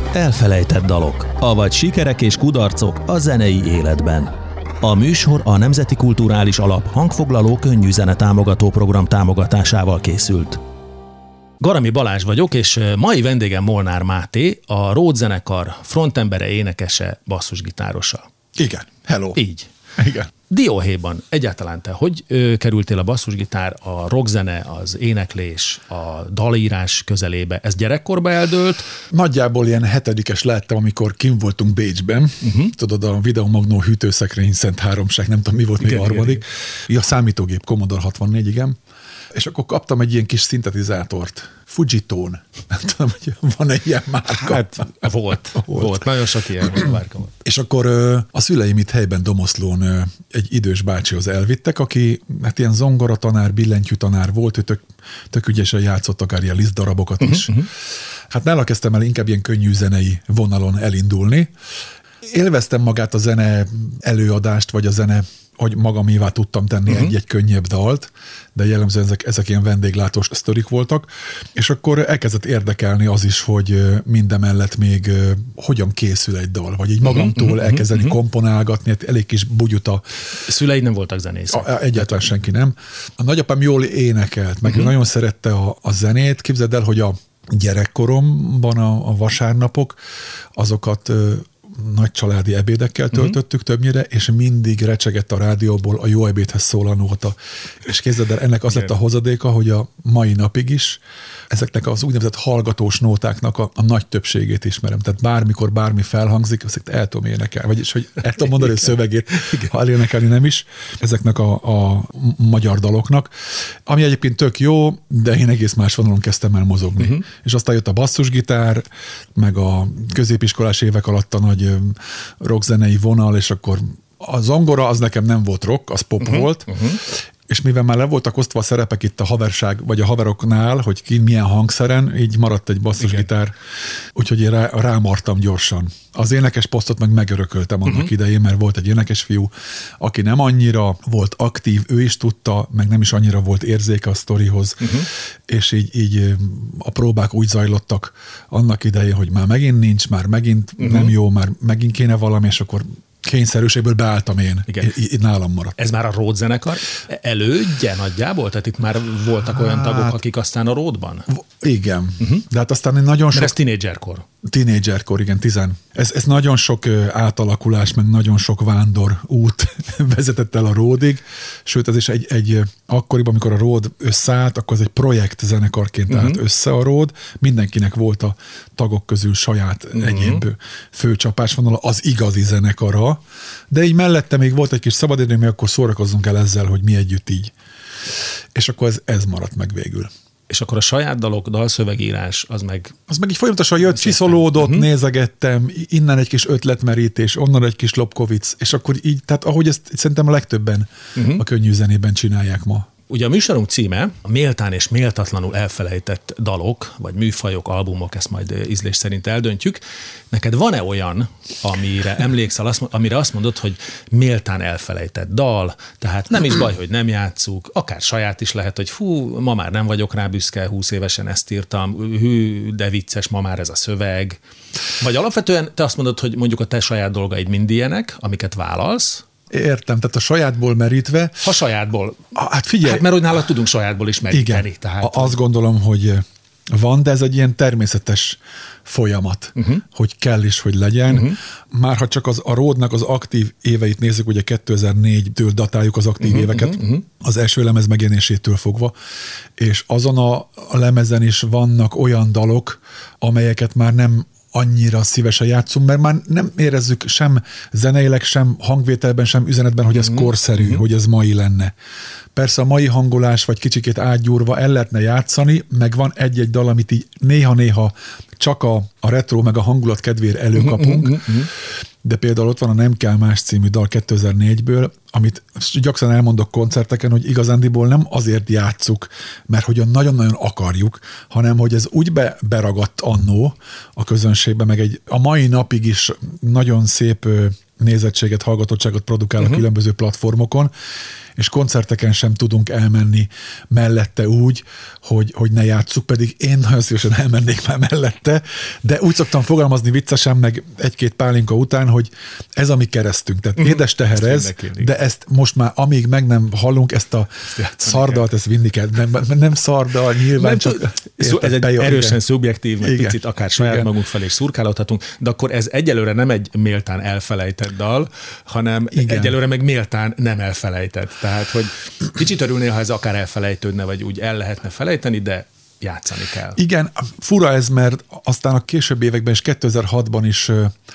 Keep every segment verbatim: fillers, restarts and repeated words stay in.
Elfelejtett dalok, avagy sikerek és kudarcok a zenei életben. A műsor a Nemzeti Kulturális Alap hangfoglaló könnyű zene támogató program támogatásával készült. Garami Balázs vagyok, és mai vendégem Molnár Máté, a Ród zenekar frontembere, énekese, basszusgitárosa. Igen, hello. Így. Igen. Dióhéjban egyáltalán te hogy ö, kerültél a basszusgitár, a rockzene, az éneklés, a dalírás közelébe? Ez gyerekkorba eldőlt? Nagyjából ilyen hetedikes lettem, amikor kim voltunk Bécsben. Uh-huh. Tudod, a Videomagnó hűtőszekrény Szent Háromság, nem tudom, mi volt igen, még a harmadik. Ja, számítógép, Commodore hatvannégy, igen. És akkor kaptam egy ilyen kis szintetizátort. Fujitone. Nem tudom, hogy van egy ilyen márka. Hát volt, volt. volt. Nagyon sok ilyen márka volt. És akkor a szüleim itt helyben Domoszlón egy idős bácsihoz elvittek, aki hát ilyen zongoratanár, billentyűtanár volt, ő tök, tök ügyesen játszott akár ilyen lisztdarabokat is. Uh-huh. Hát nála kezdtem el inkább ilyen könnyű zenei vonalon elindulni. Élveztem magát a zene előadást, vagy a zene, hogy magamévá tudtam tenni uh-huh. egy-egy könnyebb dalt, de jellemzően ezek, ezek ilyen vendéglátós sztorik voltak, és akkor elkezdett érdekelni az is, hogy mindemellett még hogyan készül egy dal, vagy így magamtól uh-huh. elkezdeni uh-huh. komponálgatni, hát elég kis bugyuta. Szüleid nem voltak zenészek? A, egyáltalán senki nem. A nagyapám jól énekelt, meg uh-huh. nagyon szerette a, a zenét. Képzeld el, hogy a gyerekkoromban a, a vasárnapok, azokat nagy családi ebédekkel töltöttük uh-huh. többnyire, és mindig recsegett a rádióból a Jó ebédhez szól a nóta. És képzeld el, ennek az lett a hozadéka, hogy a mai napig is ezeknek az úgynevezett hallgatós nótáknak a, a nagy többségét ismerem. Tehát bármikor bármi felhangzik, azt el tudom énekelni, vagyis hogy el tudom mondani a szövegét, ha elénekelni nem is, ezeknek a, a magyar daloknak. Ami egyébként tök jó, de én egész más vonalon kezdtem el mozogni. Uh-huh. És aztán jött a basszusgitár, meg a középiskolás évek alatt a nagy rockzenei vonal, és akkor a zongora az nekem nem volt rock, az pop uh-huh, volt, uh-huh. és mivel már le voltak osztva a szerepek itt a haverság, vagy a haveroknál, hogy ki milyen hangszeren, így maradt egy basszusgitár, úgyhogy én rá, rámartam gyorsan. Az énekes posztot meg megörököltem annak uh-huh. idején, mert volt egy énekes fiú, aki nem annyira volt aktív, ő is tudta, meg nem is annyira volt érzéke a sztorihoz, uh-huh. és így, így a próbák úgy zajlottak annak idején, hogy már megint nincs, már megint uh-huh. nem jó, már megint kéne valami, és akkor kényszerűségből beálltam én. Igen. Itt nálam maradt. Ez már a Ród zenekar elődje nagyjából? Tehát itt már voltak hát, olyan tagok, akik aztán a Ródban? Igen. Uh-huh. De hát aztán nagyon sok... Mert ez tínédzserkor. Tínédzserkor, igen, tizen. Ez, ez nagyon sok átalakulás, meg nagyon sok vándor út vezetett el a Ródig. Sőt, ez is egy, egy akkoriban, amikor a Ród összeállt, akkor ez egy projekt zenekarként uh-huh. állt össze a Ród. Mindenkinek volt a tagok közül saját uh-huh. egyéb főcsapásvonala, az igazi zenekara. De így mellette még volt egy kis szabadidő, mi akkor szórakozzunk el ezzel, hogy mi együtt így. És akkor ez, ez maradt meg végül. És akkor a saját dalok, dalszövegírás, az meg... Az meg így folyamatosan jött, csiszolódott, uh-huh. nézegettem, innen egy kis ötletmerítés, onnan egy kis Lobkowicz, és akkor így, tehát ahogy ezt szerintem a legtöbben uh-huh. a könnyű zenében csinálják ma. Ugye a műsorunk címe a méltán és méltatlanul elfelejtett dalok, vagy műfajok, albumok, ezt majd ízlés szerint eldöntjük. Neked van-e olyan, amire emlékszel, amire azt mondod, hogy méltán elfelejtett dal, tehát nem is baj, hogy nem játsszuk, akár saját is lehet, hogy fú, ma már nem vagyok rá büszke, húsz évesen ezt írtam, hű, de vicces, ma már ez a szöveg. Vagy alapvetően te azt mondod, hogy mondjuk a te saját dolgaid mind ilyenek, amiket vállalsz. Értem, tehát a sajátból merítve. Ha sajátból. Hát figyelj. Hát mert hogy nálad tudunk sajátból is meríteni. Igen, tehát... azt gondolom, hogy van, de ez egy ilyen természetes folyamat, uh-huh. hogy kell is, hogy legyen. Uh-huh. Már ha csak az, a Ródnak az aktív éveit nézzük, ugye kétezer-négytől datáljuk az aktív uh-huh, éveket, uh-huh. az első lemez megjelenésétől fogva, és azon a, a lemezen is vannak olyan dalok, amelyeket már nem annyira szívesen játszunk, mert már nem érezzük sem zeneileg, sem hangvételben, sem üzenetben, hogy ez mm-hmm. korszerű, mm-hmm. hogy ez mai lenne. Persze a mai hangolás, vagy kicsikét átgyúrva el lehetne játszani, meg van egy-egy dal, amit így néha-néha csak a, a retro, meg a hangulat kedvéért előkapunk, mm-hmm. de például ott van a Nem kell más című dal kétezer-négyből, amit gyakran elmondok koncerteken, hogy igazándiból nem azért játsszuk, mert hogy nagyon-nagyon akarjuk, hanem hogy ez úgy be, beragadt annó a közönségbe, meg egy a mai napig is nagyon szép nézettséget, hallgatottságot produkál uh-huh. a különböző platformokon, és koncerteken sem tudunk elmenni mellette úgy, hogy, hogy ne játsszuk, pedig én nagyon szívesen elmennék már mellette, de úgy szoktam fogalmazni viccesen, meg egy-két pálinka után, hogy ez a mi keresztünk, tehát uh-huh. édes teher ez, de ezt most már amíg meg nem hallunk, ezt a ezt szardalt, ezt vinni kell. Nem, nem szardal, nyilván nem csak... Szó, ez egy bejön, erősen igen. szubjektív, meg igen. picit akár saját igen. magunk felé szurkálódhatunk, de akkor ez egyelőre nem egy méltán elfelejtett dal, hanem igen. egyelőre meg méltán nem elfelejtett. Tehát, hogy kicsit örülnél, ha ez akár elfelejtődne, vagy úgy el lehetne felejteni, de játszani kell. Igen, fura ez, mert aztán a későbbi években is kétezer-hatban is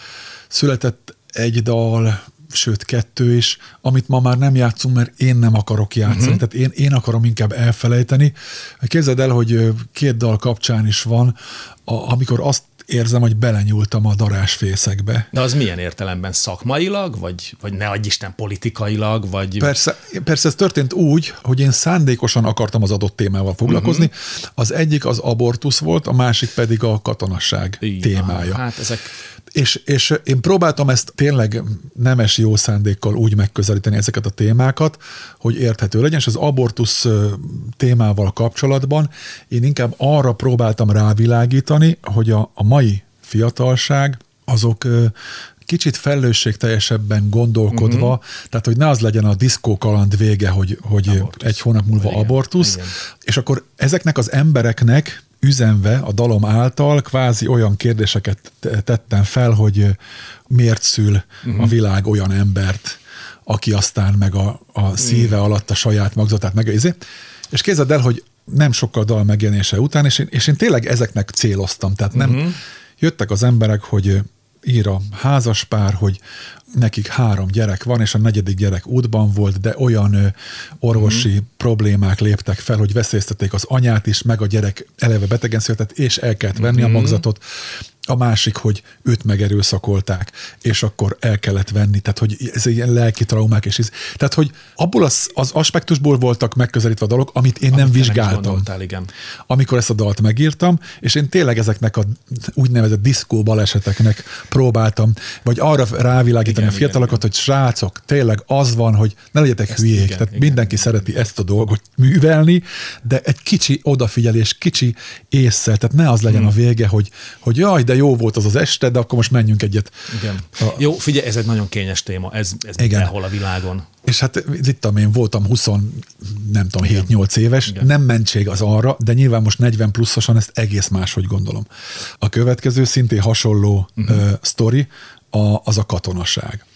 született egy dal, sőt kettő is, amit ma már nem játszunk, mert én nem akarok játszani. Uh-huh. Tehát én, én akarom inkább elfelejteni. Képzeld el, hogy két dal kapcsán is van, a, amikor azt érzem, hogy belenyúltam a darásfészekbe. De az milyen értelemben? Szakmailag, vagy, vagy ne adj Isten politikailag? Vagy... Persze, persze ez történt úgy, hogy én szándékosan akartam az adott témával foglalkozni. Uh-huh. Az egyik az abortusz volt, a másik pedig a katonasság Igen, témája. Hát ezek... És, és én próbáltam ezt tényleg nemes jó szándékkal úgy megközelíteni ezeket a témákat, hogy érthető legyen, és az abortusz témával kapcsolatban én inkább arra próbáltam rávilágítani, hogy a, a mai fiatalság azok kicsit felelősségteljesebben gondolkodva, uh-huh. tehát hogy ne az legyen a diszkó kaland vége, hogy, hogy abortusz. egy hónap múlva igen, abortusz, igen. és akkor ezeknek az embereknek üzenve a dalom által kvázi olyan kérdéseket tettem fel, hogy miért szül uh-huh. a világ olyan embert, aki aztán meg a, a szíve uh-huh. alatt a saját magzatát megőzi. És képzeld el, hogy nem sokkal dal megjelenése után, és én, és én tényleg ezeknek céloztam. Tehát nem uh-huh. jöttek az emberek, hogy ír a házaspár, hogy nekik három gyerek van, és a negyedik gyerek útban volt, de olyan orvosi mm. problémák léptek fel, hogy veszélyeztették az anyát is, meg a gyerek eleve betegen született, és el kellett venni mm. a magzatot. A másik, hogy őt megerőszakolták, és akkor el kellett venni, tehát hogy ez ilyen lelki traumák, és ez, tehát hogy abból az, az aspektusból voltak megközelítve a dalok, amit én amit nem vizsgáltam. Gondoltál, igen. Amikor ezt a dalt megírtam, és én tényleg ezeknek a úgynevezett diszkó baleseteknek próbáltam, vagy arra rávilágítani igen, a fiatalokat, igen, hogy srácok, tényleg az van, hogy ne legyetek ezt hülyék, igen, tehát igen, mindenki igen, szereti igen. ezt a dolgot művelni, de egy kicsi odafigyelés, kicsi ésszel, tehát ne az legyen hmm. a vége, hogy, hogy jaj, de jó volt az az este, de akkor most menjünk egyet. Igen. A... Jó, figyelj, ez egy nagyon kényes téma, ez, ez mindenhol a világon. És hát itt én voltam húsz, nem tudom, hét-nyolc éves, Igen. nem mentség az arra, de nyilván most negyven pluszosan ezt egész máshogy gondolom. A következő szintén hasonló uh-huh. uh, sztori, a, az a katonaság.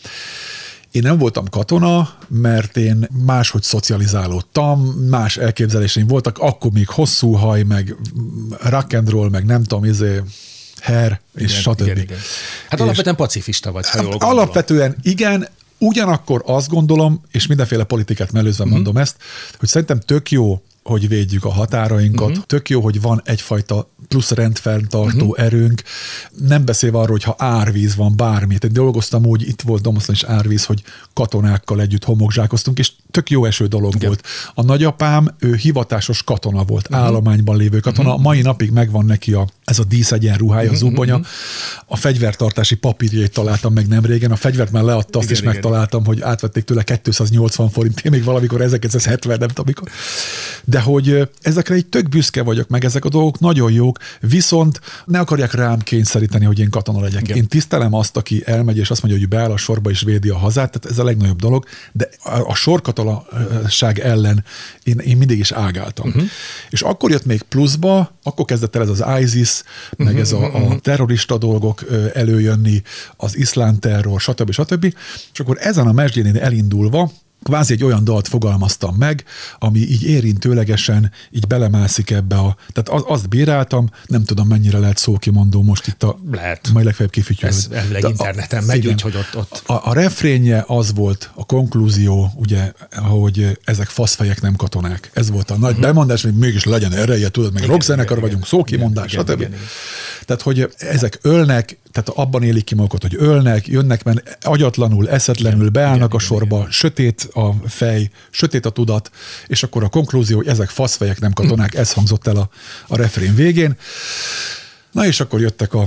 Én nem voltam katona, mert én máshogy szocializálódtam, más elképzeléseim voltak, akkor még hosszú haj, meg rock and roll, meg nem tudom, izé, hair, és igen, stb. Igen, igen. Hát alapvetően pacifista vagy, ha jól gondolom. Alapvetően igen, ugyanakkor azt gondolom, és mindenféle politikát mellőzve uh-huh. mondom ezt, hogy szerintem tök jó, hogy védjük a határainkat, uh-huh. tök jó, hogy van egyfajta plusz rendfenntartó uh-huh. erőnk, nem beszélve arról, hogy ha árvíz van, bármit. Én dolgoztam úgy, itt volt Domoszlón is árvíz, hogy katonákkal együtt homokzsákoztunk, és tök jó eső dolog Igen. volt. A nagyapám, ő hivatásos katona volt, uh-huh. állományban lévő katona. Uh-huh. A mai napig megvan neki a, ez a díszegyenruhája, uh-huh. zubonya. A fegyvertartási papírjait találtam meg nem régen, a fegyvert már leadta, azt igen, is igen. megtaláltam, hogy átvették tőle kétszáznyolcvan forint, én még valamikor ezerkilencszázhetven, nem tudom mikor. De hogy ezekre egy tök büszke vagyok, meg ezek a dolgok nagyon jók, viszont ne akarják rám kényszeríteni, hogy én katona legyek. Igen. Én tisztelem azt, aki elmegy, és azt mondja, hogy beáll a sorba és védi a hazát, tehát ez a legnagyobb dolog, de a sorkatonaság ellen én, én mindig is ágáltam. Uh-huh. És akkor jött még pluszba, akkor kezdett el ez az ISIS, meg uh-huh, ez a, a terrorista dolgok előjönni, az iszlám terror, stb. stb. És akkor ezen a mesdjén elindulva, kvázi egy olyan dalt fogalmaztam meg, ami így érintőlegesen így belemászik ebbe a... Tehát az, azt bíráltam, nem tudom mennyire lehet szókimondó most itt a... Lehet. Majd legfeljebb kifütyül. Ez elvileg interneten megy, úgyhogy ott... ott... A, a refrénje az volt, a konklúzió, ugye, hogy ezek faszfejek nem katonák. Ez volt a nagy uh-huh. bemondás, hogy mégis legyen ereje, tudod, meg rockzenekar vagyunk, szókimondás, stb. Tehát, hogy ezek ölnek, tehát abban élik ki magukat, hogy ölnek, jönnek, mert agyatlanul, eszetlenül igen, beállnak igen, a sorba, igen. sötét a fej, sötét a tudat, és akkor a konklúzió, hogy ezek faszfejek, nem katonák, ez hangzott el a, a refrén végén. Na és akkor jöttek a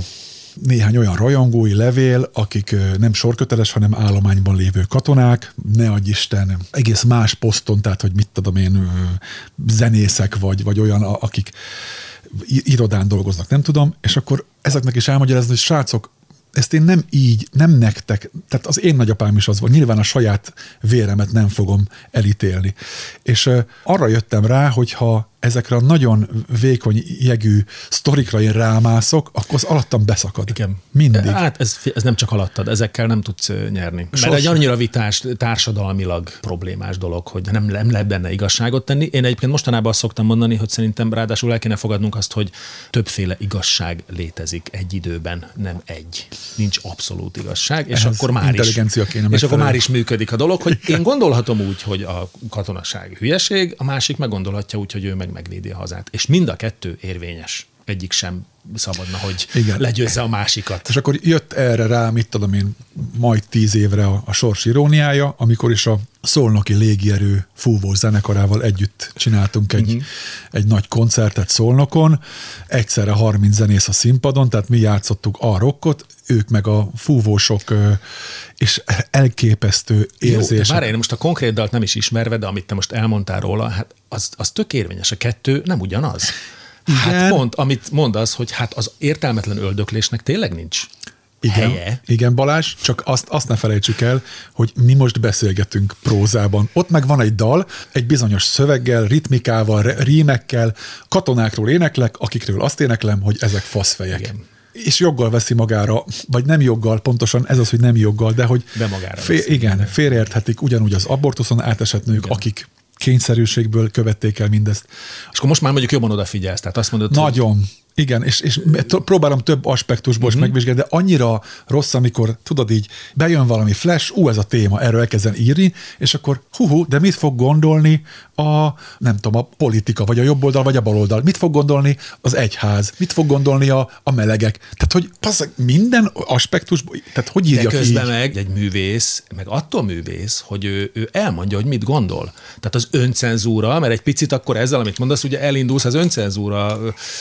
néhány olyan rajongói levél, akik nem sorköteles, hanem állományban lévő katonák, ne adj Isten, egész más poszton, tehát hogy mit tudom én, zenészek vagy, vagy olyan, akik irodán dolgoznak, nem tudom, és akkor ezeknek is elmagyarázni, hogy srácok, ezt én nem így, nem nektek, tehát az én nagyapám is az volt, nyilván a saját véremet nem fogom elítélni. És uh, arra jöttem rá, hogyha ezekre a nagyon vékony jegű sztorikra én rámászok, akkor az alattam beszakad. Igen. Mindig. Hát ez, ez nem csak alattad, ezekkel nem tudsz nyerni. Sos. Mert egy annyira vitás, társadalmilag problémás dolog, hogy nem, nem lehet benne igazságot tenni. Én egyébként mostanában azt szoktam mondani, hogy szerintem ráadásul el kéne fogadnunk azt, hogy többféle igazság létezik egy időben, nem egy. Nincs abszolút igazság, és Ehhez akkor már is, és akkor már is működik a dolog, hogy én gondolhatom úgy, hogy a katonaság hülyeség, a másik meggondolhatja úgy, hogy ő meg megvédi a hazát. És mind a kettő érvényes. Egyik sem szabadna, hogy igen, legyőzze a másikat. És akkor jött erre rá, mit tudom én, majd tíz évre a, a sors iróniája, amikor is a Szolnoki Légierő fúvó zenekarával együtt csináltunk egy, uh-huh. egy nagy koncertet Szolnokon, egyszerre harminc zenész a színpadon, tehát mi játszottuk a rockot, ők meg a fúvósok, és elképesztő érzések. Jó, bár én most a konkrét dalt nem is ismerve, de amit te most elmondtál róla, hát az, az tök érvényes. A kettő nem ugyanaz. Hát igen. Pont, amit mondasz, hogy hát az értelmetlen öldöklésnek tényleg nincs igen, helye. Igen, Balázs, csak azt, azt ne felejtsük el, hogy mi most beszélgetünk prózában. Ott meg van egy dal, egy bizonyos szöveggel, ritmikával, rímekkel, katonákról éneklek, akikről azt éneklem, hogy ezek faszfejek. Igen. És joggal veszi magára, vagy nem joggal, pontosan ez az, hogy nem joggal, de hogy de magára fél, igen, félreérthetik ugyanúgy az abortuszon átesett nők, igen. akik kényszerűségből követték el mindezt. És akkor most már mondjuk jobban odafigyelsz, tehát azt mondod, nagyon. Hogy... Igen, és, és próbálom több aspektusból uh-huh. megvizsgálni, de annyira rossz, amikor tudod így, bejön valami flash, ú, ez a téma, erről elkezden írni, és akkor hú, de mit fog gondolni a, nem tudom, a politika, vagy a jobb oldal, vagy a bal oldal? Mit fog gondolni az egyház? Mit fog gondolni a, a melegek? Tehát, hogy passz, minden aspektusból, tehát hogy írja ki közben így? Meg egy művész, meg attól művész, hogy ő, ő elmondja, hogy mit gondol. Tehát az öncenzúra, mert egy picit akkor ezzel, amit mondasz, ugye elindulsz az öncenzúra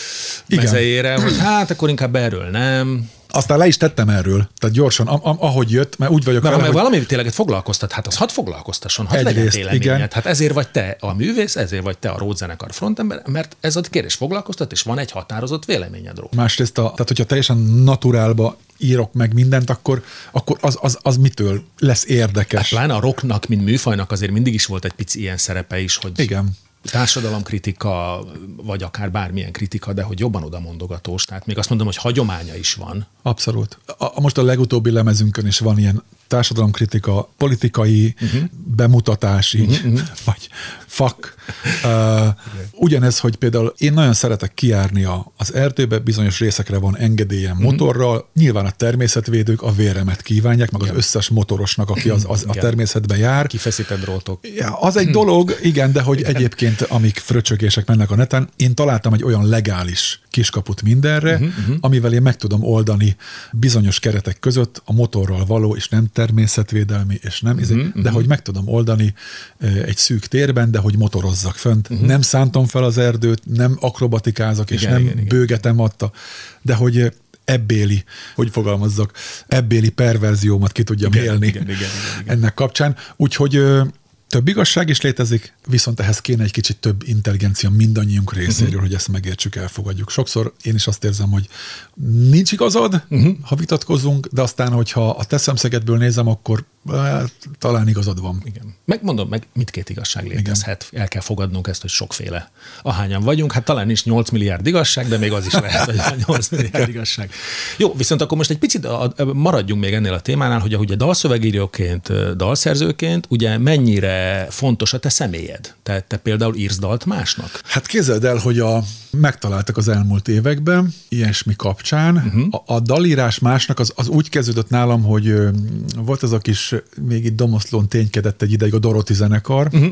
mezejére, hogy hát akkor inkább erről nem. Aztán le is tettem erről, tehát gyorsan, ahogy jött, mert úgy vagyok mert vele, ha hogy... valami tényleg foglalkoztat, hát az hadd foglalkoztasson, hadd legyen véleményed. Hát ezért vagy te a művész, ezért vagy te a Ród zenekar frontember, mert ez a kérdés foglalkoztat, és van egy határozott véleményed róla. Másrészt, a, tehát hogyha teljesen naturálba írok meg mindent, akkor, akkor az, az, az mitől lesz érdekes? Hát pláne a rocknak, mint műfajnak azért mindig is volt egy pici ilyen szerepe is, hogy... Igen. Társadalomkritika, vagy akár bármilyen kritika, de hogy jobban odamondogatós. Tehát még azt mondom, hogy hagyománya is van. Abszolút. A, most a legutóbbi lemezünkön is van ilyen társadalomkritika, politikai, uh-huh. bemutatási, uh-huh. vagy fuck. Uh, ugyanez, hogy például én nagyon szeretek kijárni a, az erdőbe, bizonyos részekre van engedélyem uh-huh. motorral, nyilván a természetvédők a véremet kívánják, meg igen. az összes motorosnak, aki az, az a természetbe jár. Kifeszített drótok. Ja, az egy dolog, igen, de hogy igen. egyébként, amik fröcsögések mennek a neten, én találtam egy olyan legális kiskaput mindenre, uh-huh, uh-huh. amivel én meg tudom oldani bizonyos keretek között a motorral való, és nem természetvédelmi, és nem, uh-huh, de uh-huh. hogy meg tudom oldani egy szűk térben, de hogy motorozzak fönt. Uh-huh. Nem szántom fel az erdőt, nem akrobatikázok, és igen, nem igen, bőgetem adta, de hogy ebbéli, hogy fogalmazzak, ebbéli perverziómat ki tudjam igen, élni igen, igen, igen, igen. ennek kapcsán. Úgyhogy több igazság is létezik, viszont ehhez kéne egy kicsit több intelligencia mindannyiunk részéről, uh-huh. hogy ezt megértsük, elfogadjuk. Sokszor én is azt érzem, hogy nincs igazad, uh-huh. ha vitatkozunk, de aztán, hogyha a te szemszögedből nézem, akkor hát, talán igazad van. Igen. Megmondom, meg mindkét igazság létezhet. Igen. El kell fogadnunk ezt, hogy sokféle. Ahányan vagyunk, hát talán nincs nyolc milliárd igazság, de még az is lehet, hogy nyolc milliárd igazság. Jó, viszont akkor most egy picit maradjunk még ennél a témánál, hogy ugye dalszövegíróként, dalszerzőként, ugye mennyire fontos a te személyed? Te, te például írsz dalt másnak? Hát képzeld el, hogy a, megtaláltak az elmúlt években ilyesmi kapcsán. Uh-huh. A, a dalírás másnak az, az úgy kezdődött nálam, hogy volt az a kis, még itt Domoszlón ténykedett egy ideig a Doroti zenekar, uh-huh.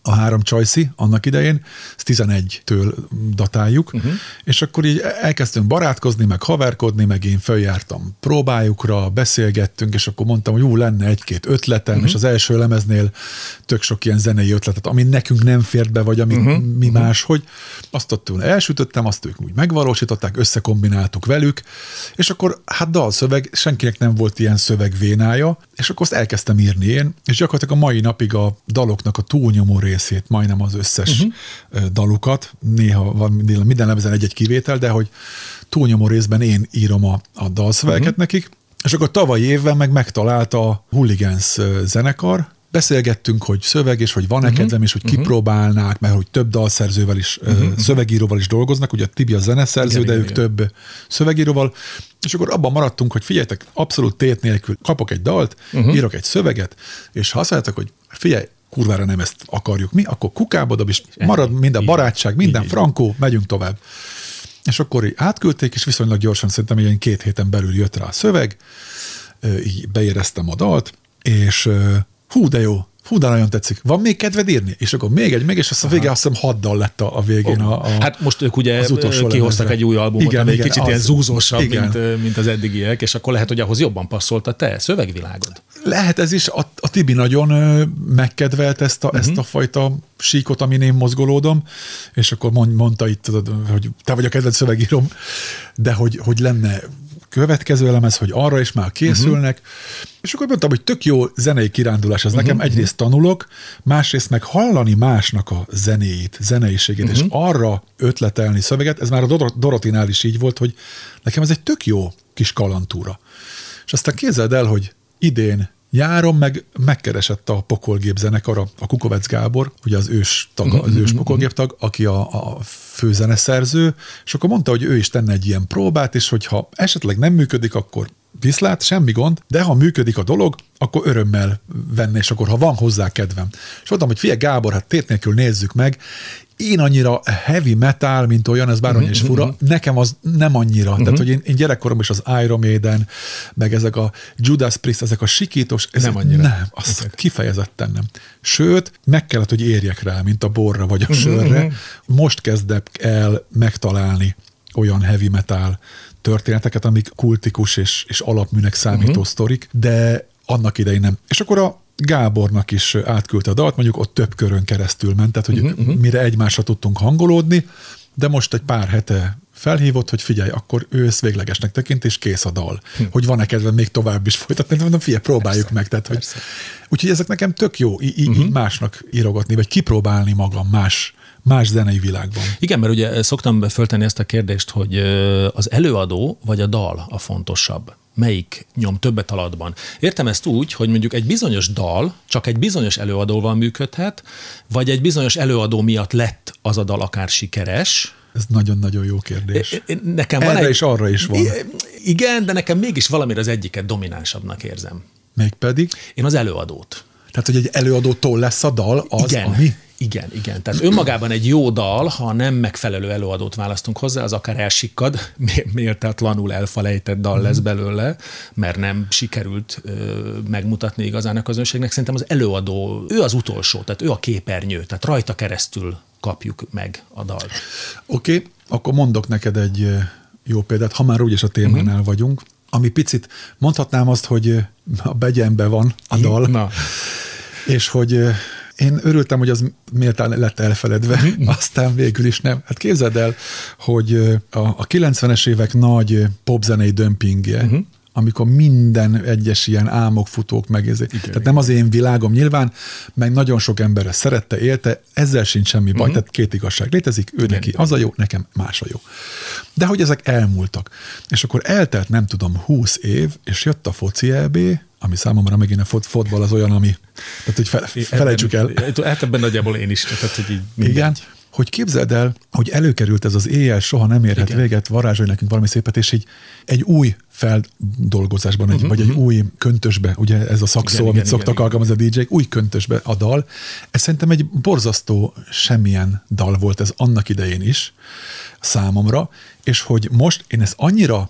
a három Csajci annak idején, ezt tizenegytől datáljuk, uh-huh. és akkor így elkezdtünk barátkozni, meg haverkodni, meg én följártam próbájukra, beszélgettünk, és akkor mondtam, hogy ú, lenne egy-két ötletem, uh-huh. és az első lemeznél tök sok ilyen zenei ötletet, ami nekünk nem fért be, vagy ami uh-huh. mi uh-huh. máshogy. Azt ott elsütöttem, azt ők úgy megvalósították, összekombináltuk velük, és akkor hát dalszöveg, senkinek nem volt ilyen szövegvénája, és akkor azt elkezdtem írni én, és gyakorlatilag a mai napig a daloknak a túlnyomó részét, majdnem az összes uh-huh. dalukat, néha van minden lemezen egy-egy kivétel, de hogy túlnyomó részben én írom a, a dalszövegeket uh-huh. nekik, és akkor tavalyi évben meg megtalálta a Hooligans zenekar, beszélgettünk, hogy szöveg, és hogy van-e uh-huh. kedvem, és hogy uh-huh. kipróbálnák, mert hogy több dalszerzővel is, uh-huh. szövegíróval is dolgoznak, ugye Tibi a zeneszerző, igen, de igen, ők igen. több szövegíróval, és akkor abban maradtunk, hogy figyeljetek, abszolút tét nélkül kapok egy dalt, uh-huh. írok egy szöveget, és ha azt mondjátok, hogy figyelj, kurvára nem ezt akarjuk mi, akkor kukába dob, és marad minden barátság, minden frankó, megyünk tovább. És akkor így átküldték, és viszonylag gyorsan, szerintem ilyen két héten belül jött rá a szöveg, így beéreztem a dalt, és hú, de jó, hú, de nagyon tetszik. Van még kedved írni? És akkor még egy, még, és azt a vége azt hiszem hat dal lett a, a végén. Oh. A, a, hát most ők ugye kihoztak lemezre. Egy új albumot, igen, ami igen, kicsit az, ilyen zúzósabb, mint, mint az eddigiek, és akkor lehet, hogy ahhoz jobban passzolt a te szövegvilágod. Lehet ez is, a, a Tibi nagyon megkedvelt ezt a, uh-huh. ezt a fajta síkot, amin én mozgolódom, és akkor mond, mondta itt, hogy te vagy a kedvenc szövegírom, de hogy, hogy lenne következő lemez, hogy arra is már készülnek, uh-huh. és akkor mondtam, hogy tök jó zenei kirándulás, az uh-huh. nekem egyrészt tanulok, másrészt meg hallani másnak a zenéit, zeneiségét, uh-huh. és arra ötletelni szöveget, ez már a Dor- Dorotinál is így volt, hogy nekem ez egy tök jó kis kalantúra. És aztán képzeld el, hogy idén nyáron meg megkeresett a Pokolgép zenekar, a Kukovec Gábor, ugye az ős tag, az ős Pokolgép tag, aki a, a főzeneszerző, és akkor mondta, hogy ő is tenne egy ilyen próbát, és hogyha esetleg nem működik, akkor viszlát, semmi gond, de ha működik a dolog, akkor örömmel venne, és akkor ha van hozzá kedvem. És mondtam, hogy figyelj Gábor, hát tét nélkül nézzük meg, én annyira heavy metal, mint olyan, ez bár uh-huh, is fura, uh-huh. nekem az nem annyira. Uh-huh. Tehát, hogy én, én gyerekkorom is az Iron Maiden, meg ezek a Judas Priest, ezek a sikítós, ezek nem annyira. Nem, az okay. kifejezetten nem. Sőt, meg kellett, hogy érjek rá, mint a borra vagy a uh-huh, sörre. Uh-huh. Most kezdek el megtalálni olyan heavy metal történeteket, amik kultikus és, és alapműnek számító uh-huh. sztorik, de annak idején nem. És akkor a Gábornak is átküldte a dalt, mondjuk ott több körön keresztül ment, tehát hogy uh-huh, uh-huh. mire egymásra tudtunk hangolódni, de most egy pár hete felhívott, hogy figyelj, akkor ő ezt véglegesnek tekint, és kész a dal. Hm. Hogy van-e kedved még tovább is folytatni, de mondom, figyelj, próbáljuk persze, meg. Tehát, hogy, úgyhogy ezek nekem tök jó, í- uh-huh. így másnak írogatni, vagy kipróbálni magam más más zenei világban. Igen, mert ugye szoktam föltenni ezt a kérdést, hogy az előadó vagy a dal a fontosabb. Melyik nyom többet alatban? Értem ezt úgy, hogy mondjuk egy bizonyos dal csak egy bizonyos előadóval működhet, vagy egy bizonyos előadó miatt lett az a dal akár sikeres. Ez nagyon-nagyon jó kérdés. Nekem Erre van egy... és arra is van. Igen, de nekem mégis valamire az egyiket dominánsabbnak érzem. Mégpedig? Én az előadót. Tehát, hogy egy előadótól lesz a dal az, igen. ami... Igen, igen. Tehát önmagában egy jó dal, ha nem megfelelő előadót választunk hozzá, az akár elsikkad, méltatlanul elfelejtett dal lesz belőle, mert nem sikerült ö, megmutatni igazán a közönségnek. Szerintem az előadó, ő az utolsó, tehát ő a képernyő, tehát rajta keresztül kapjuk meg a dalt. Oké, okay, akkor mondok neked egy jó példát, ha már úgyis a témánál uh-huh. vagyunk, ami picit, mondhatnám azt, hogy a begyenben van a dal, na. És hogy én örültem, hogy az miért lett elfeledve, aztán végül is nem. Hát képzeld el, hogy a, a kilencvenes évek nagy popzenei dömpingje, uh-huh. amikor minden egyes ilyen álmok, futók megérzé. Tehát nem az én világom nyilván, meg nagyon sok ember ezt szerette, élte, ezzel sincs semmi baj, uh-huh. tehát két igazság létezik, ő neki az a jó, nekem más a jó. De hogy ezek elmúltak. És akkor eltelt, nem tudom, húsz év, és jött a foci é bé, ami számomra megint a fot- fotball az olyan, ami, tehát hogy fe, felejtsük el. Hát ebben nagyjából én is, tehát hogy így mindegy. Igen, hogy képzeld el, hogy előkerült ez az éjjel soha nem érhet igen. véget, varázsolj nekünk valami szépet, és így egy új feldolgozásban, uh-huh, egy, vagy uh-huh. egy új köntösbe, ugye ez a szakszó, igen, amit igen, szoktak igen, alkalmazni a dé dzsék, új köntösbe a dal. Ez szerintem egy borzasztó semmilyen dal volt ez annak idején is számomra, és hogy most én ezt annyira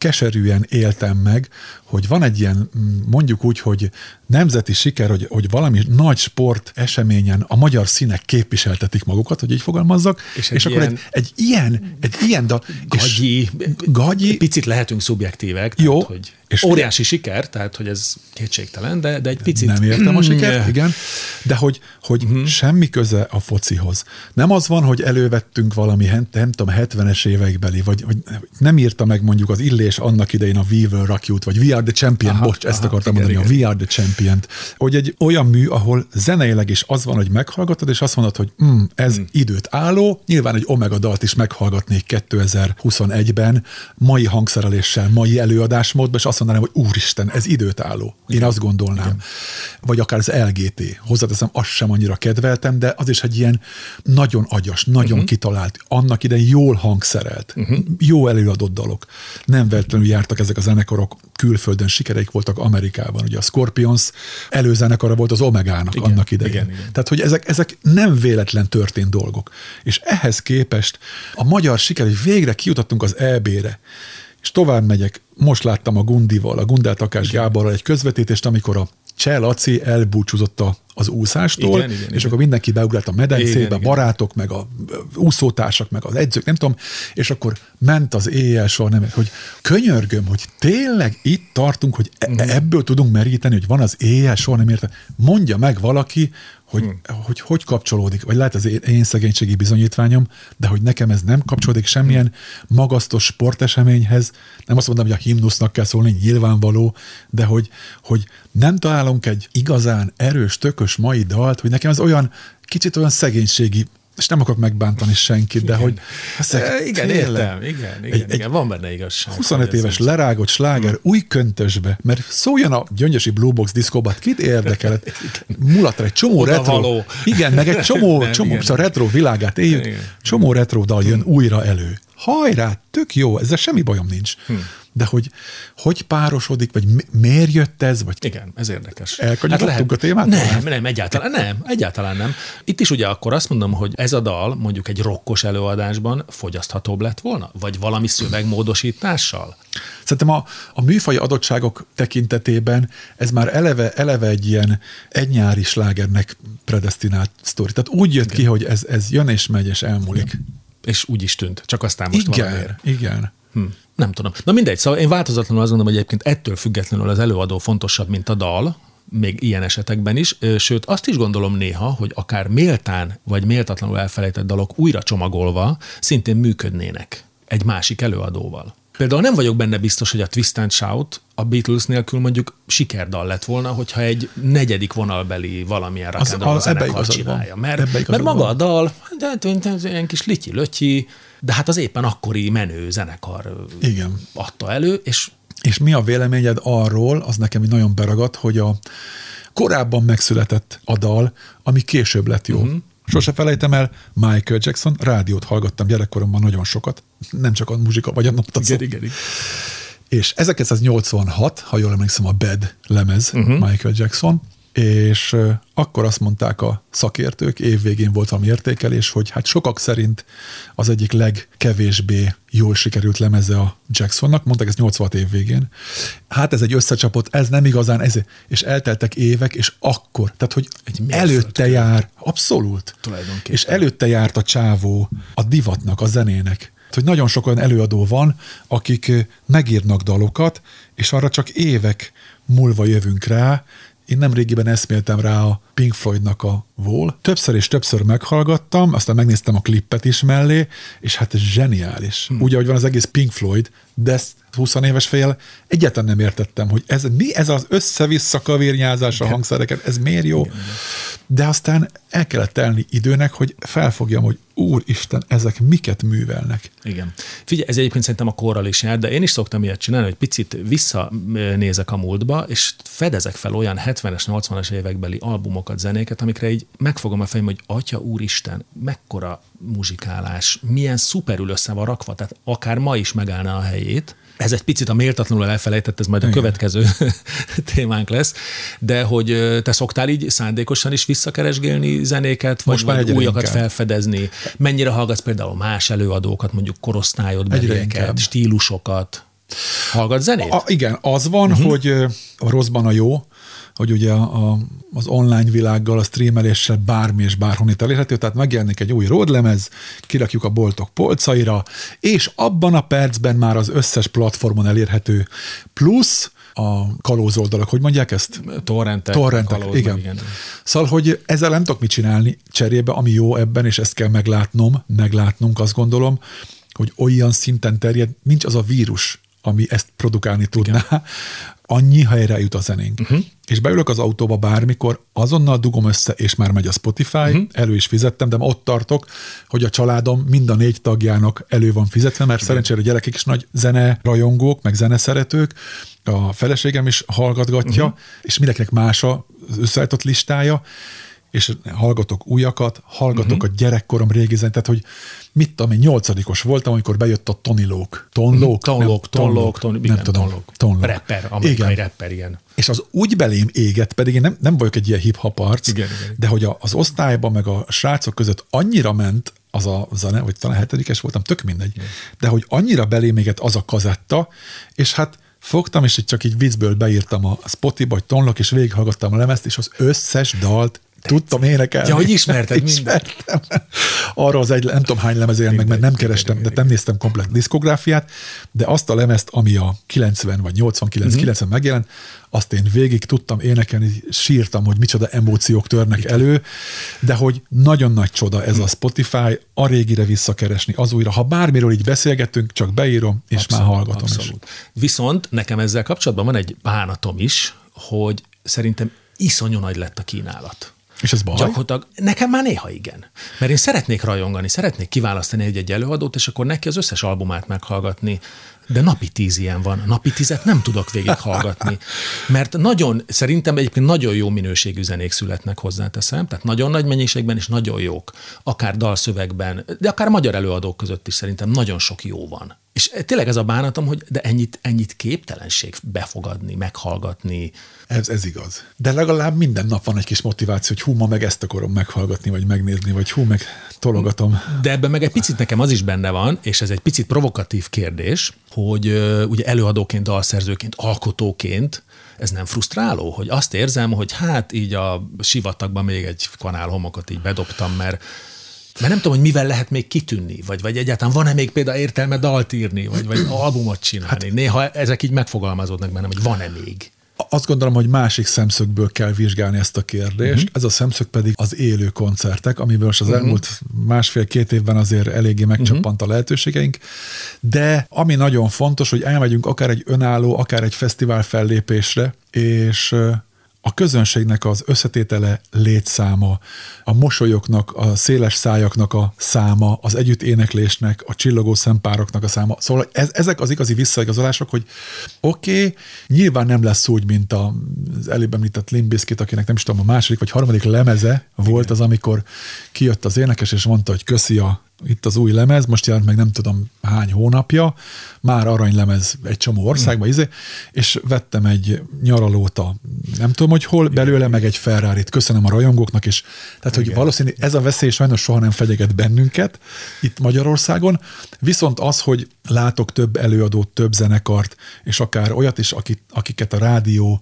keserűen éltem meg, hogy van egy ilyen, mondjuk úgy, hogy nemzeti siker, hogy, hogy valami nagy sport eseményen a magyar színek képviseltetik magukat, hogy így fogalmazzak, és, és akkor ilyen, egy, egy ilyen, egy ilyen dal, gagyi, gagyi, picit lehetünk szubjektívek, jó, tehát, hogy és óriási siker, tehát hogy ez kétségtelen, de, de egy picit... Nem értem a sikert, igen, de hogy, hogy uh-huh. semmi köze a focihoz. Nem az van, hogy elővettünk valami, nem tudom, hetvenes évekbeli, vagy, vagy nem írta meg mondjuk az Illés annak idején a We Will Rock You-t, vagy We Are the Champion, aha, bocs, aha, ezt akartam igen, mondani, igen. a We Are the Champion-t, hogy egy olyan mű, ahol zeneileg is az van, hogy meghallgatod, és azt mondod, hogy mm, ez mm. időt álló, nyilván egy Omega dalt is meghallgatnék kétezer-huszonegyben, mai hangszereléssel, mai előadásmódban, és azt mondanám, hogy úristen, ez időt álló. Én igen. azt gondolnám. Igen. Vagy akár az el gé té. Hozzáteszem, azt sem annyira kedveltem, de az is egy ilyen nagyon agyas, nagyon uh-huh. kitalált, annak idején jól hangszerelt, uh-huh. jó előadott dalok. Nem véletlenül jártak ezek a zenekarok külföldön, sikereik voltak Amerikában. Ugye a Scorpions előzenekara volt az Omegának igen, annak idején. Igen, igen. Tehát, hogy ezek, ezek nem véletlen történt dolgok. És ehhez képest a magyar siker, hogy végre kijutottunk az é bé-re, és tovább megyek, most láttam a Gundival, a Gundel Takás Gáborral egy közvetítést, amikor a Cseh Laci elbúcsúzott a, az úszástól, igen, és igen, igen. akkor mindenki beugrált a medencébe, igen, barátok, igen. meg a úszótársak, meg az edzők, nem tudom, és akkor ment az éjjel soha nem, hogy könyörgöm, hogy tényleg itt tartunk, hogy e- ebből tudunk meríteni, hogy van az éjjel soha nem érte. Mondja meg valaki, hogy, hmm. hogy hogy kapcsolódik, vagy lehet az én szegénységi bizonyítványom, de hogy nekem ez nem kapcsolódik semmilyen magasztos sporteseményhez, nem azt mondom, hogy a himnusznak kell szólni, nyilvánvaló, de hogy, hogy nem találunk egy igazán erős, tökös mai dalt, hogy nekem ez olyan, kicsit olyan szegénységi, és nem akarok megbántani senkit, de igen. hogy... E, igen, értem, igen, igen, egy, igen, van benne igazság. huszonöt éves lerágott sláger hmm. új köntösbe, mert szóljon a Gyöngyösi Blue Box diszkóba, kit érdekel? Mulatra egy csomó oda retro... Való. Igen, meg egy csomó, nem, csomó a retro világát éljük, igen. csomó retro dal jön hmm. újra elő. Hajrá, tök jó, ezzel semmi bajom nincs. Hmm. De hogy hogy párosodik, vagy mi, miért jött ez? Vagy igen, ez érdekes. Elkanyarodtunk hát a témát? Nem, nem, egyáltalán nem, egyáltalán nem. Itt is ugye akkor azt mondom, hogy ez a dal mondjuk egy rokkos előadásban fogyaszthatóbb lett volna? Vagy valami szövegmódosítással? Szerintem a, a műfaj adottságok tekintetében ez már eleve, eleve egy ilyen egynyári slágernek predesztinált sztori. Tehát úgy jött igen. ki, hogy ez, ez jön és megy, és elmúlik. Igen. És úgy is tűnt, csak aztán most igen, valamiért. Igen, hm. Nem tudom. Na mindegy, szóval én változatlanul azt gondolom, hogy egyébként ettől függetlenül az előadó fontosabb, mint a dal, még ilyen esetekben is, sőt azt is gondolom néha, hogy akár méltán vagy méltatlanul elfelejtett dalok újra csomagolva szintén működnének egy másik előadóval. Például nem vagyok benne biztos, hogy a Twist and Shout a Beatles nélkül mondjuk sikerdal lett volna, hogyha egy negyedik vonalbeli valamilyen rock and roll zenekar csinálja. Mert, mert maga a dal, de ilyen kis lityi-lötyi, de hát az éppen akkori menő zenekar igen. adta elő, és... És mi a véleményed arról, az nekem nagyon beragadt, hogy a korábban megszületett a dal, ami később lett jó. Uh-huh. Sose felejtem el, Michael Jackson, rádiót hallgattam gyerekkoromban nagyon sokat, nem csak a muzsika, vagy a notacok. Igen, igen. És ezerkilencszáznyolcvanhat, ha jól emlékszem, a Bad lemez, uh-huh. Michael Jackson, és akkor azt mondták a szakértők, évvégén volt valami értékelés, hogy hát sokak szerint az egyik legkevésbé jól sikerült lemeze a Jacksonnak, mondták ezt nyolcvanhat év végén. Hát ez egy összecsapott, ez nem igazán, ez, és elteltek évek, és akkor, tehát hogy előtte jár, abszolút, és előtte járt a csávó a divatnak, a zenének. Hogy nagyon sok olyan előadó van, akik megírnak dalokat, és arra csak évek múlva jövünk rá. Én nem régiben eszméltem rá a Pink Floydnak a Wall. Többször és többször meghallgattam, aztán megnéztem a klippet is mellé, és hát ez zseniális. Hmm. Úgy, ahogy van az egész Pink Floyd, de ezt húsz éves fejjel egyáltalán nem értettem, hogy ez mi ez az össze-vissza kavérnyázás a hangszereket, ez miért jó? Igen, de aztán el kellett telni időnek, hogy felfogjam, hogy úristen, ezek miket művelnek. Igen. Figyelj, ez egyébként szerintem a korral is jár, de én is szoktam ilyet csinálni, hogy picit visszanézek a múltba, és fedezek fel olyan hetvenes, nyolcvanas évekbeli albumokat, zenéket, amikre így megfogom a fejem, hogy atya úristen, mekkora muzsikálás, milyen szuperül össze van rakva, tehát akár ma is megállná a helyét. Ez egy picit a méltatlanul elfelejtett, ez majd a következő témánk lesz, de hogy te szoktál így szándékosan is visszakeresgélni zenéket, vagy, vagy újakat inkább felfedezni? Mennyire hallgatsz például más előadókat, mondjuk korosztályod belieket, stílusokat? Hallgat zenét? A, igen, az van, uh-huh. hogy a rosszban a jó, hogy ugye a, a, az online világgal, a streameléssel bármi és bárhonnit elérhető, tehát megjelenik egy új ródlemez, kirakjuk a boltok polcaira, és abban a percben már az összes platformon elérhető, plusz a kalózoldalak, hogy mondják ezt? Torrentek. Torrentek, kalóz, igen. igen. Szóval, hogy ezzel nem tudok mit csinálni cserébe, ami jó ebben, és ezt kell meglátnom, meglátnunk, azt gondolom, hogy olyan szinten terjed, nincs az a vírus, ami ezt produkálni tudná, igen. Annyi helyre jut a zenénk. Uh-huh. És beülök az autóba bármikor, azonnal dugom össze, és már megy a Spotify, uh-huh. elő is fizettem, de ott tartok, hogy a családom mind a négy tagjának elő van fizetve, mert igen. szerencsére a gyerekek is nagy zene rajongók, meg zeneszeretők, a feleségem is hallgatgatja, uh-huh. és mindenkinek más az összeállított listája, és hallgatok újakat, hallgatok uh-huh. a gyerekkorom régi zenét, tehát hogy mit tudom én, nyolcadikos voltam, amikor bejött a Tony Lók. Tonlók? Tonlók, tonlók, nem tudom. Tonlók. Rapper, amerikai igen. rapper, igen. És az úgy belém égett, pedig én nem, nem vagyok egy ilyen hip-hop arc, igen, igen. de hogy az osztályban meg a srácok között annyira ment az a zene, vagy talán hetedikes voltam, tök mindegy, igen. de hogy annyira belém égett az a kazetta, és hát fogtam, és csak így viccből beírtam a Spotify-ba, vagy Tonlók, és végighallgattam a lemezt, és az összes dalt tudtam énekelni. Ja, hogy ismerted Ismertem. minden. Arra az egy, nem tudom hány lemez él meg, mert nem kerestem, de nem néztem komplett diszkográfiát, de azt a lemezt, ami a kilencven vagy nyolcvankilenc uh-huh. kilencven megjelent, azt én végig tudtam énekelni, sírtam, hogy micsoda emóciók törnek igen. elő, de hogy nagyon nagy csoda ez a Spotify, a régire visszakeresni, az újra. Ha bármiről így beszélgetünk, csak beírom, és abszolút, már hallgatom abszolút. is. Viszont nekem ezzel kapcsolatban van egy bánatom is, hogy szerintem iszonyú nagy lett a kínálat. És ez baj? Gyakorlatilag nekem már néha igen. Mert én szeretnék rajongani, szeretnék kiválasztani egy-egy előadót, és akkor neki az összes albumát meghallgatni, de napi tíz ilyen van. Napi tízet nem tudok végighallgatni. Mert nagyon, szerintem egyébként nagyon jó minőségű zenék születnek, hozzáteszem, tehát nagyon nagy mennyiségben és nagyon jók. Akár dalszövegben, de akár magyar előadók között is szerintem nagyon sok jó van. És tényleg ez a bánatom, hogy de ennyit, ennyit képtelenség befogadni, meghallgatni. Ez, ez igaz. De legalább minden nap van egy kis motiváció, hogy hú, ma meg ezt akarom meghallgatni, vagy megnézni, vagy hú, meg tologatom. De ebben meg egy picit nekem az is benne van, és ez egy picit provokatív kérdés, hogy uh, ugye előadóként, dalszerzőként, alkotóként ez nem frusztráló, hogy azt érzem, hogy hát így a sivatagban még egy kanálhomokot így bedobtam, mert Mert nem tudom, hogy mivel lehet még kitűnni, vagy, vagy egyáltalán van-e még például értelme dalt írni, vagy, vagy albumot csinálni. Hát, néha ezek így megfogalmazódnak bennem, hogy van-e még. Azt gondolom, hogy másik szemszögből kell vizsgálni ezt a kérdést. Uh-huh. Ez a szemszög pedig az élő koncertek, amiből most az uh-huh. elmúlt másfél-két évben azért eléggé megcsappant a lehetőségeink. De ami nagyon fontos, hogy elmegyünk akár egy önálló, akár egy fesztivál fellépésre, és a közönségnek az összetétele, létszáma, a mosolyoknak, a széles szájaknak a száma, az együtt éneklésnek, a csillogó szempároknak a száma. Szóval ez, ezek az igazi visszaigazolások, hogy oké, okay, nyilván nem lesz úgy, mint az előbb említett Limp Bizkit, akinek nem is tudom, a második vagy harmadik lemeze volt az, amikor kijött az énekes, és mondta, hogy köszi a itt az új lemez, most jelent meg nem tudom hány hónapja, már aranylemez egy csomó országban, izé, és vettem egy nyaralót a nem tudom, hogy hol, belőle meg egy Ferrarit. Köszönöm a rajongóknak, és tehát, hogy valószínű ez a veszély sajnos soha nem fenyeget bennünket itt Magyarországon, viszont az, hogy látok több előadót, több zenekart, és akár olyat is, akit, akiket a rádió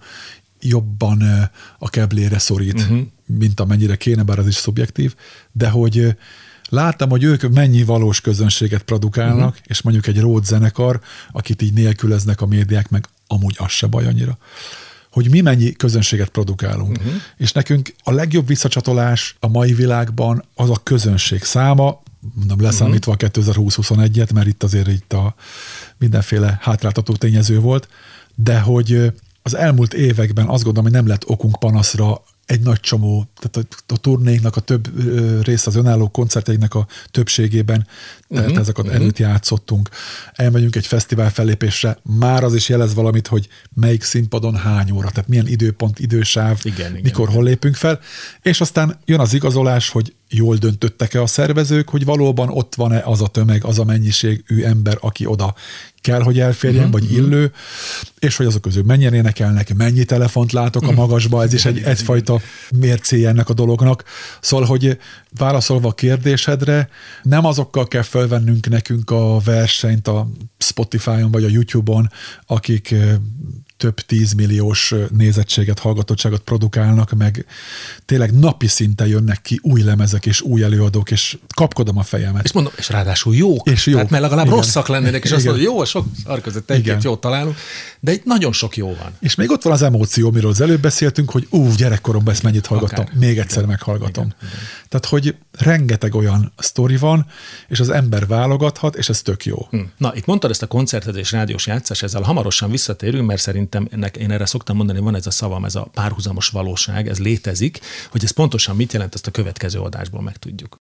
jobban a keblére szorít, uh-huh. mint amennyire kéne, bár az is szubjektív, de hogy láttam, hogy ők mennyi valós közönséget produkálnak, uh-huh. és mondjuk egy road zenekar, akit így nélkülöznek a médiák, meg amúgy az se baj annyira, hogy mi mennyi közönséget produkálunk. Uh-huh. És nekünk a legjobb visszacsatolás a mai világban az a közönség száma, mondom, leszámítva a kétezer-húsz-huszonegyet, mert itt azért itt a mindenféle hátráltató tényező volt, de hogy az elmúlt években azt gondolom, hogy nem lett okunk panaszra egy nagy csomó, tehát a, a turnéinknak a több rész, az önálló koncerteinknek a többségében, tehát uh-huh, ezeket uh-huh. előtt játszottunk. Elmegyünk egy fesztivál fellépésre, már az is jelez valamit, hogy melyik színpadon hány óra, tehát milyen időpont, idősáv, igen, mikor, igen, hol lépünk fel, és aztán jön az igazolás, hogy jól döntöttek-e a szervezők, hogy valóban ott van-e az a tömeg, az a mennyiségű ember, aki oda kell, hogy elférjen, uh-huh, vagy illő, uh-huh. és hogy azok közül mennyien énekelnek, mennyi telefont látok a magasba, ez is egy, egyfajta mércéje ennek a dolognak. Szóval, hogy válaszolva a kérdésedre, nem azokkal kell felvennünk nekünk a versenyt a Spotify-on vagy a YouTube-on, akik több tízmilliós nézettséget, hallgatottságot produkálnak, meg tényleg napi szinten jönnek ki új lemezek és új előadók, és kapkodom a fejemet. És mondom, és ráadásul jók. És jó. Tehát mert legalább igen. rosszak lennének, és azt mondod, jó, a sok szar között egy-két jót találunk, de itt nagyon sok jó van. És még ott van az emóció, miről az előbb beszéltünk, hogy ú, gyerekkoromban ezt mennyit hallgattam, Akár. még egyszer igen. meghallgatom. Igen. Igen. Tehát, hogy rengeteg olyan sztori van, és az ember válogathat, és ez tök jó. Hm. Na, itt mondtad ezt a koncertet és rádiós játszás, ezzel hamarosan visszatérünk, mert szerintem ennek, én erre szoktam mondani, van ez a szavam, ez a párhuzamos valóság, ez létezik, hogy ez pontosan mit jelent, ezt a következő adásból megtudjuk.